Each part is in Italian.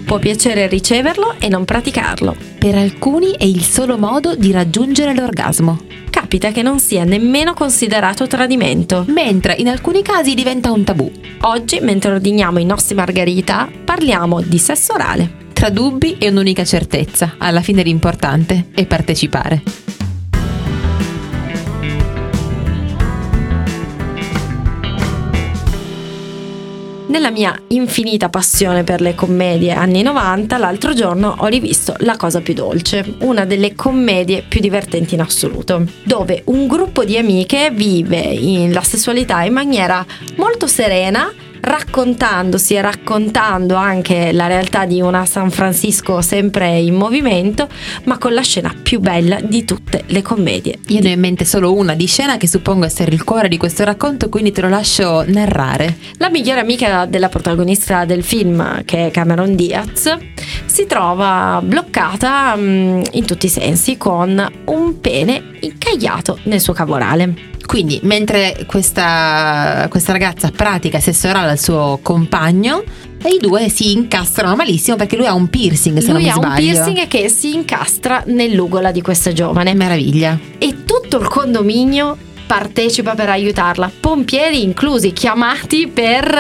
Può piacere riceverlo e non praticarlo. Per alcuni è il solo modo di raggiungere l'orgasmo. Capita che non sia nemmeno considerato tradimento. Mentre in alcuni casi diventa un tabù. Oggi, mentre ordiniamo i nostri margherita, parliamo di sesso orale. Tra dubbi e un'unica certezza, alla fine l'importante è partecipare. Nella mia infinita passione per le commedie anni 90, l'altro giorno ho rivisto La cosa più dolce, una delle commedie più divertenti in assoluto, dove un gruppo di amiche vive la sessualità in maniera molto serena, raccontandosi e raccontando anche la realtà di una San Francisco sempre in movimento, ma con la scena più bella di tutte le commedie. Io ne ho in mente solo una di scena che suppongo essere il cuore di questo racconto, quindi te lo lascio narrare. La migliore amica della protagonista del film, che è Cameron Diaz, si trova bloccata in tutti i sensi con un pene incagliato nel suo cavorale. Quindi mentre questa ragazza pratica sesso orale al suo compagno, e i due si incastrano malissimo perché lui ha un piercing, se non mi sbaglio. Lui ha un piercing che si incastra nell'ugola di questa giovane. Meraviglia. E tutto il condominio partecipa per aiutarla, pompieri inclusi, chiamati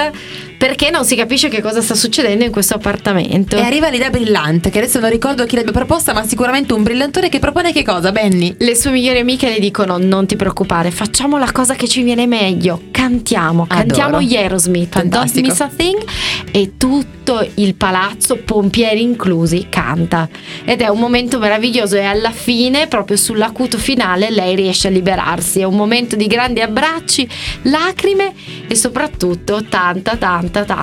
perché non si capisce che cosa sta succedendo in questo appartamento. E arriva l'idea brillante, che adesso non ricordo chi l'abbia proposta, ma sicuramente un brillantore che propone che cosa, Benny? Le sue migliori amiche le dicono: non ti preoccupare, facciamo la cosa che ci viene meglio, cantiamo gli Aerosmith, fantastico. Don't Miss a Thing, e tutto il palazzo, pompieri inclusi, canta. Ed è un momento meraviglioso, e alla fine, proprio sull'acuto finale, lei riesce a liberarsi. È un momento di grandi abbracci, lacrime e soprattutto tanta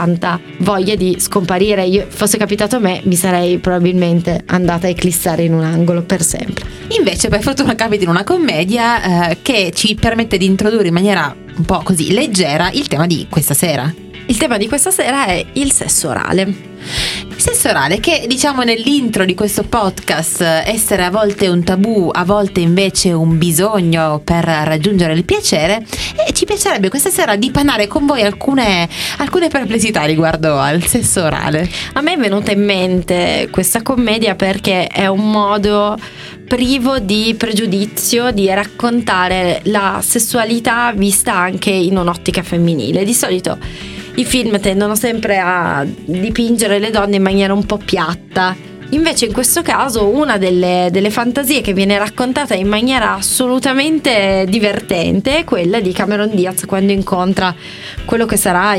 voglia di scomparire. Io, fosse capitato a me, mi sarei probabilmente andata a eclissare in un angolo per sempre. Invece per fortuna capita in una commedia che ci permette di introdurre in maniera un po' così leggera il tema di questa sera. Il tema di questa sera è il sesso orale. Sesso orale, che diciamo nell'intro di questo podcast essere a volte un tabù, a volte invece un bisogno per raggiungere il piacere, e ci piacerebbe questa sera dipanare con voi alcune perplessità riguardo al sesso orale. A me è venuta in mente questa commedia perché è un modo privo di pregiudizio di raccontare la sessualità vista anche in un'ottica femminile. Di solito i film tendono sempre a dipingere le donne in maniera un po' piatta. Invece in questo caso una delle fantasie che viene raccontata in maniera assolutamente divertente è quella di Cameron Diaz quando incontra quello che sarà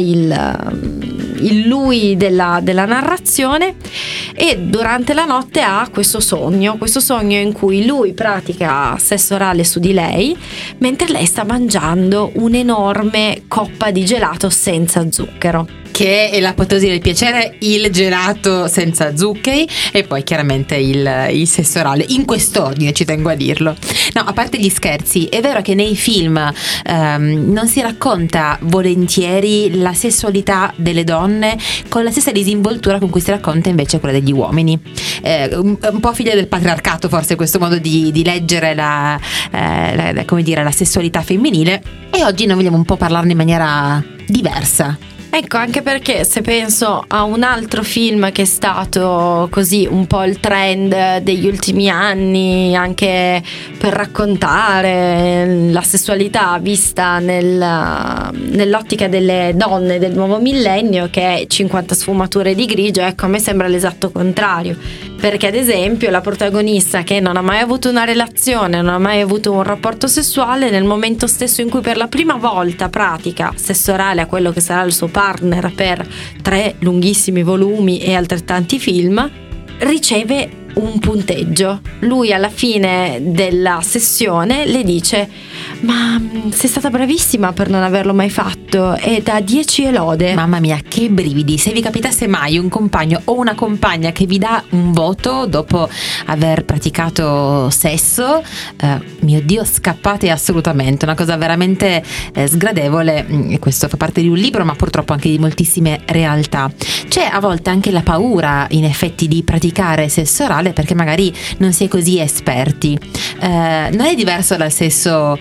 il lui della narrazione, e durante la notte ha questo sogno in cui lui pratica sesso orale su di lei mentre lei sta mangiando un'enorme coppa di gelato senza zucchero, che è l'apoteosi del piacere, il gelato senza zuccheri, e poi chiaramente il sesso orale, in quest'ordine, ci tengo a dirlo. No, a parte gli scherzi, è vero che nei film non si racconta volentieri la sessualità delle donne con la stessa disinvoltura con cui si racconta invece quella degli uomini. Un po' figlia del patriarcato forse questo modo di leggere la sessualità femminile, e oggi noi vogliamo un po' parlarne in maniera diversa. Ecco, anche perché se penso a un altro film che è stato così un po' il trend degli ultimi anni, anche per raccontare la sessualità vista nell'ottica delle donne del nuovo millennio, che è 50 sfumature di grigio, ecco, a me sembra l'esatto contrario. Perché ad esempio la protagonista, che non ha mai avuto una relazione, non ha mai avuto un rapporto sessuale, nel momento stesso in cui per la prima volta pratica sesso orale a quello che sarà il suo partner per 3 lunghissimi volumi e altrettanti film, riceve un punteggio. Lui alla fine della sessione le dice: ma sei stata bravissima per non averlo mai fatto, e da 10 e lode. Mamma mia, che brividi. Se vi capitasse mai un compagno o una compagna che vi dà un voto dopo aver praticato sesso, mio Dio, scappate assolutamente. Una cosa veramente sgradevole. Questo fa parte di un libro, ma purtroppo anche di moltissime realtà. C'è a volte anche la paura, in effetti, di praticare sesso orale perché magari non si è così esperti. non è diverso dal sesso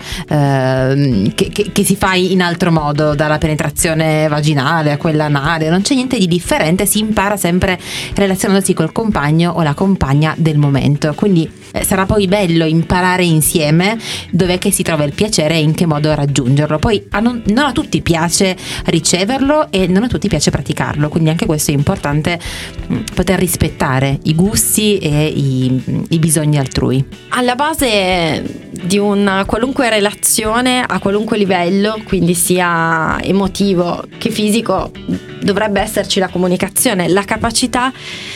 che si fa in altro modo, dalla penetrazione vaginale a quella anale, non c'è niente di differente, si impara sempre relazionandosi col compagno o la compagna del momento, quindi sarà poi bello imparare insieme dov'è che si trova il piacere e in che modo raggiungerlo. Poi non a tutti piace riceverlo e non a tutti piace praticarlo, quindi anche questo è importante, poter rispettare i gusti e i bisogni altrui. Alla base di una qualunque relazione a qualunque livello, quindi sia emotivo che fisico, dovrebbe esserci la comunicazione, la capacità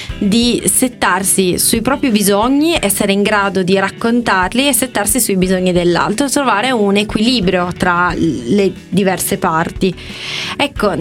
di settarsi sui propri bisogni, essere in grado di raccontarli e settarsi sui bisogni dell'altro, trovare un equilibrio tra le diverse parti. Ecco,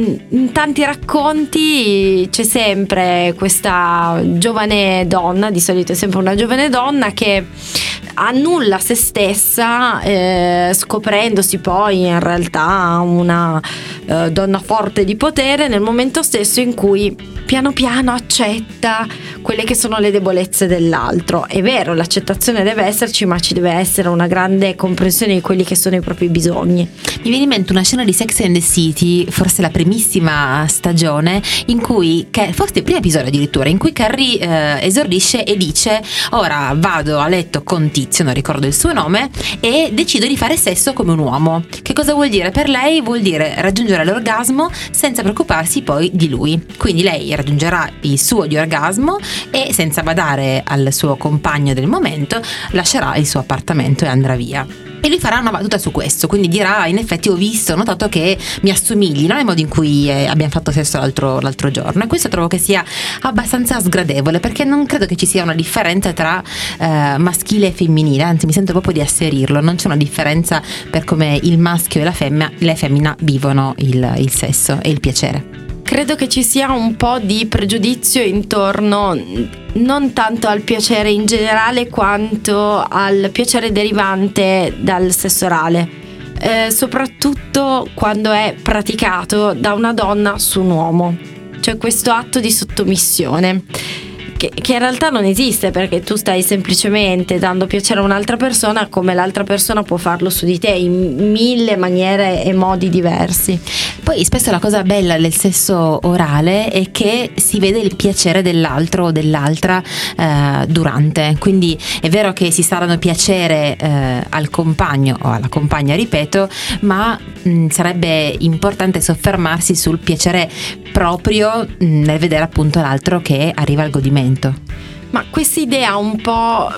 in tanti racconti c'è sempre questa giovane donna, di solito è sempre una giovane donna che annulla se stessa, scoprendosi poi in realtà una donna forte di potere nel momento stesso in cui piano piano accetta quelle che sono le debolezze dell'altro. È vero, l'accettazione deve esserci, ma ci deve essere una grande comprensione di quelli che sono i propri bisogni. Mi viene in mente una scena di Sex and the City, forse la primissima stagione, in cui, forse il primo episodio addirittura, in cui Carrie esordisce e dice: ora vado a letto con Tizio, non ricordo il suo nome, e decido di fare sesso come un uomo. Che cosa vuol dire per lei? Vuol dire raggiungere l'orgasmo senza preoccuparsi poi di lui. Quindi lei raggiungerà il suo di orgasmo e, senza badare al suo compagno del momento, lascerà il suo appartamento e andrà via. E lui farà una battuta su questo, quindi dirà: in effetti ho notato che mi assomigli, non nel modo in cui abbiamo fatto sesso l'altro giorno. E questo trovo che sia abbastanza sgradevole, perché non credo che ci sia una differenza tra maschile e femminile, anzi mi sento proprio di asserirlo, non c'è una differenza per come il maschio e la femmina vivono il sesso e il piacere. Credo che ci sia un po' di pregiudizio intorno non tanto al piacere in generale quanto al piacere derivante dal sesso orale, soprattutto quando è praticato da una donna su un uomo. C'è questo atto di sottomissione che in realtà non esiste, perché tu stai semplicemente dando piacere a un'altra persona, come l'altra persona può farlo su di te in mille maniere e modi diversi. Poi spesso la cosa bella del sesso orale è che si vede il piacere dell'altro o dell'altra durante, quindi è vero che si sta dando piacere al compagno o alla compagna, ripeto, ma sarebbe importante soffermarsi sul piacere proprio nel vedere appunto l'altro che arriva al godimento. Ma quest'idea un po'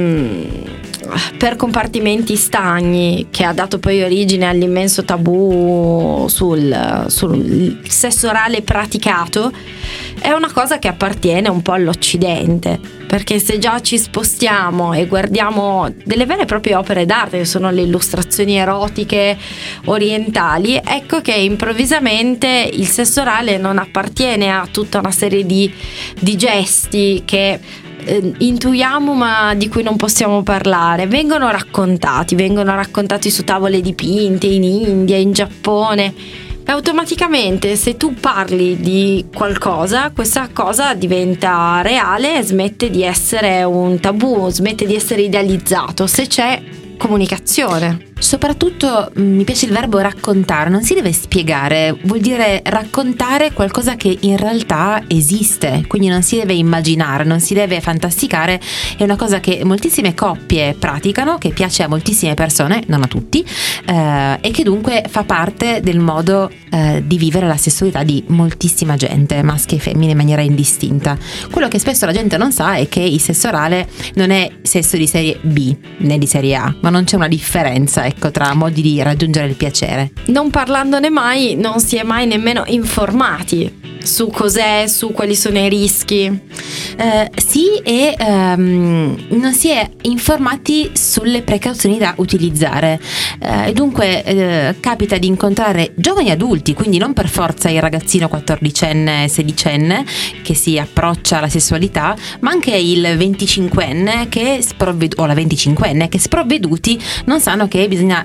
per compartimenti stagni, che ha dato poi origine all'immenso tabù sul sesso orale praticato, è una cosa che appartiene un po' all'Occidente, perché se già ci spostiamo e guardiamo delle vere e proprie opere d'arte, che sono le illustrazioni erotiche orientali, ecco che improvvisamente il sesso orale non appartiene a tutta una serie di gesti che intuiamo ma di cui non possiamo parlare. Vengono raccontati su tavole dipinte in India, in Giappone, e automaticamente se tu parli di qualcosa, questa cosa diventa reale e smette di essere un tabù, smette di essere idealizzato, se c'è comunicazione. Soprattutto mi piace il verbo raccontare, non si deve spiegare, vuol dire raccontare qualcosa che in realtà esiste, quindi non si deve immaginare, non si deve fantasticare, è una cosa che moltissime coppie praticano, che piace a moltissime persone, non a tutti, e che dunque fa parte del modo di vivere la sessualità di moltissima gente, maschi e femmine in maniera indistinta. Quello che spesso la gente non sa è che il sesso orale non è sesso di serie B né di serie A, ma non c'è una differenza, ecco, tra modi di raggiungere il piacere. Non parlandone mai, non si è mai nemmeno informati su cos'è, su quali sono i rischi. Sì, e non si è informati sulle precauzioni da utilizzare, e dunque capita di incontrare giovani adulti, quindi non per forza il ragazzino 14enne, 16enne che si approccia alla sessualità, ma anche il 25enne o la 25enne che sprovveduti non sanno che bisogna bisogna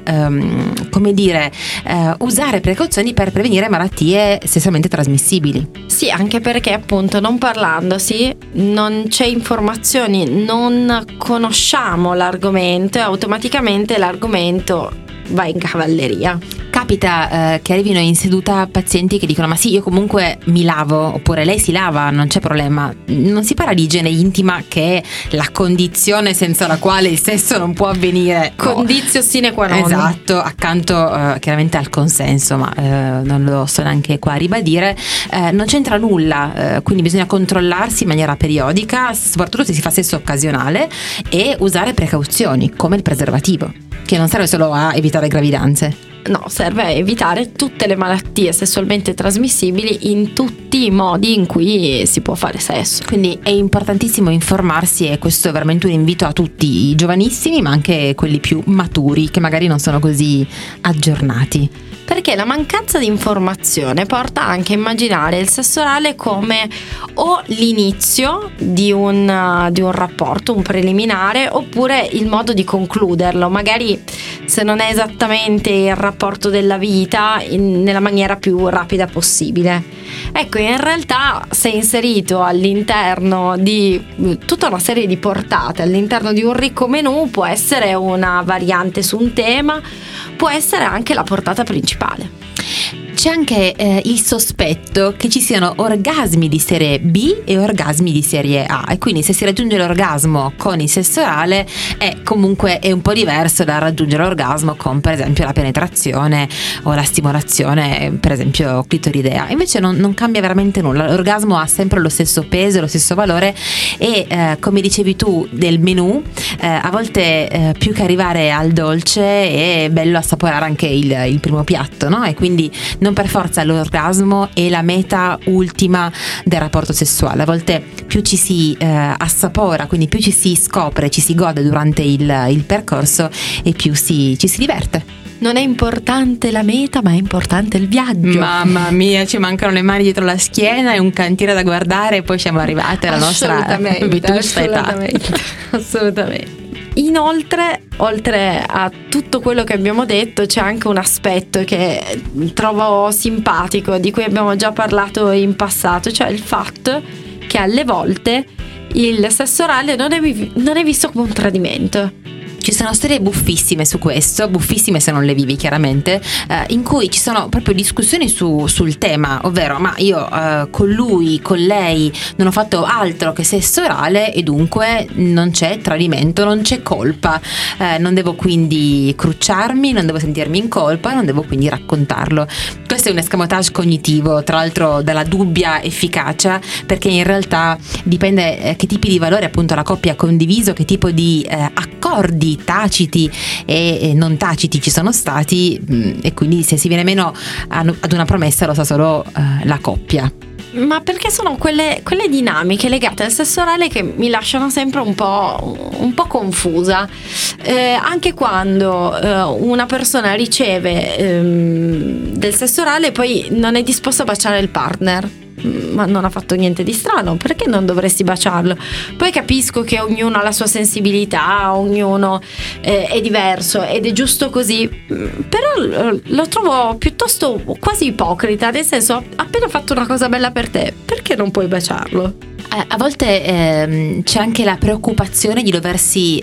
usare precauzioni per prevenire malattie sessualmente trasmissibili. Sì, anche perché appunto non parlandosi non c'è informazioni, non conosciamo l'argomento e automaticamente l'argomento va in cavalleria. Capita che arrivino in seduta pazienti che dicono: ma sì, io comunque mi lavo, oppure lei si lava, non c'è problema. Non si parla di igiene intima, che è la condizione senza la quale il sesso non può avvenire. Condizio sine qua non. Esatto, accanto chiaramente al consenso, ma non lo sto neanche qua a ribadire. Non c'entra nulla, quindi bisogna controllarsi in maniera periodica, soprattutto se si fa sesso occasionale, e usare precauzioni come il preservativo, che non serve solo a evitare gravidanze. No, serve a evitare tutte le malattie sessualmente trasmissibili in tutti i modi in cui si può fare sesso. Quindi è importantissimo informarsi, e questo è veramente un invito a tutti i giovanissimi, ma anche quelli più maturi che magari non sono così aggiornati. Perché la mancanza di informazione porta anche a immaginare il sesso orale come o l'inizio di un rapporto, un preliminare, oppure il modo di concluderlo, magari se non è esattamente il rapporto della vita, nella maniera più rapida possibile. Ecco, in realtà se inserito all'interno di tutta una serie di portate, all'interno di un ricco menù, può essere una variante su un tema, può essere anche la portata principale. C'è anche il sospetto che ci siano orgasmi di serie B e orgasmi di serie A, e quindi se si raggiunge l'orgasmo con il sesso orale comunque è un po' diverso da raggiungere l'orgasmo con, per esempio, la penetrazione o la stimolazione, per esempio clitoridea. Invece non cambia veramente nulla, l'orgasmo ha sempre lo stesso peso, lo stesso valore, e come dicevi tu del menù, a volte più che arrivare al dolce è bello assaporare anche il primo piatto, no? E quindi non per forza l'orgasmo è la meta ultima del rapporto sessuale. A volte più ci si assapora, quindi più ci si scopre, ci si gode durante il percorso, e più ci si diverte. Non è importante la meta, ma è importante il viaggio. Mamma mia, ci mancano le mani dietro la schiena e un cantiere da guardare, e poi siamo arrivate alla nostra vetusta età. Assolutamente. Inoltre, oltre a tutto quello che abbiamo detto, c'è anche un aspetto che trovo simpatico, di cui abbiamo già parlato in passato, cioè il fatto che alle volte il sesso orale non è visto come un tradimento. Ci sono storie buffissime su questo, buffissime se non le vivi chiaramente, in cui ci sono proprio discussioni sul tema, ovvero: ma io con lui, con lei non ho fatto altro che sesso orale e dunque non c'è tradimento, non c'è colpa, non devo quindi crucciarmi, non devo sentirmi in colpa, non devo quindi raccontarlo. Questo è un escamotage cognitivo, tra l'altro dalla dubbia efficacia, perché in realtà dipende che tipi di valori appunto la coppia ha condiviso, che tipo di accordi taciti e non taciti ci sono stati, e quindi se si viene meno ad una promessa lo sa solo la coppia. Ma perché sono quelle dinamiche legate al sesso orale che mi lasciano sempre un po' confusa, anche quando una persona riceve del sesso orale e poi non è disposta a baciare il partner. Ma non ha fatto niente di strano, perché non dovresti baciarlo? Poi capisco che ognuno ha la sua sensibilità, ognuno è diverso ed è giusto così, però lo trovo piuttosto quasi ipocrita, nel senso: appena fatto una cosa bella per te, perché non puoi baciarlo? A volte c'è anche la preoccupazione di doversi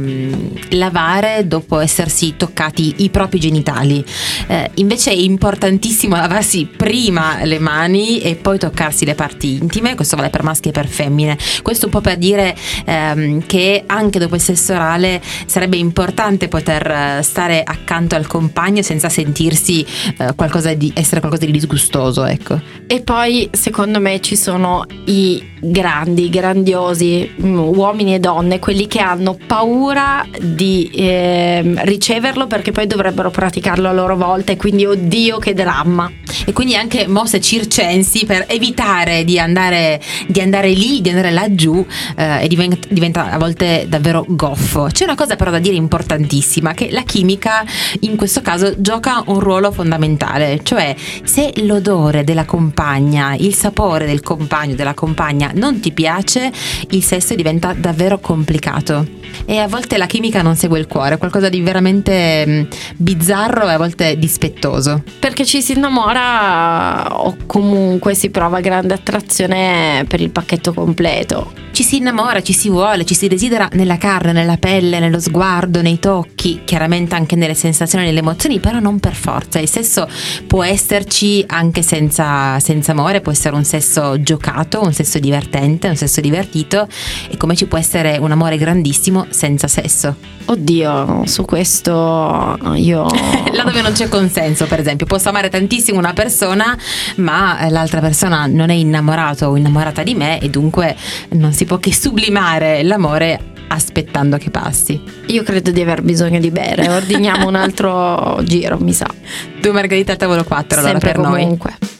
lavare dopo essersi toccati i propri genitali, invece è importantissimo lavarsi prima le mani e poi toccarsi le parti intime. Questo vale per maschi e per femmine. Questo un po' per dire che anche dopo il sesso orale sarebbe importante poter stare accanto al compagno senza sentirsi essere qualcosa di disgustoso, ecco. E poi secondo me ci sono i grandiosi uomini e donne, quelli che hanno paura di riceverlo perché poi dovrebbero praticarlo a loro volta, e quindi oddio che dramma. E quindi anche mosse circensi per evitare di andare lì, di andare laggiù, e diventa a volte davvero goffo. C'è una cosa però da dire importantissima, che la chimica in questo caso gioca un ruolo fondamentale, cioè se l'odore della compagna, il sapore del compagno, della compagna non non ti piace, il sesso diventa davvero complicato e a volte la chimica non segue il cuore, qualcosa di veramente bizzarro e a volte dispettoso. Perché ci si innamora o comunque si prova grande attrazione per il pacchetto completo. Ci si innamora, ci si vuole, ci si desidera nella carne, nella pelle, nello sguardo, nei tocchi, chiaramente anche nelle sensazioni e nelle emozioni, però non per forza. Il sesso può esserci anche senza amore, può essere un sesso giocato, un sesso divertente, un sesso divertito, e come ci può essere un amore grandissimo senza sesso. Oddio, su questo io... Là dove non c'è consenso, per esempio, posso amare tantissimo una persona, ma l'altra persona non è innamorato o innamorata di me, e dunque non si può che sublimare l'amore aspettando che passi. Io credo di aver bisogno di bere, ordiniamo un altro giro, mi sa. 2 margherite al tavolo 4 allora sempre per comunque. noi.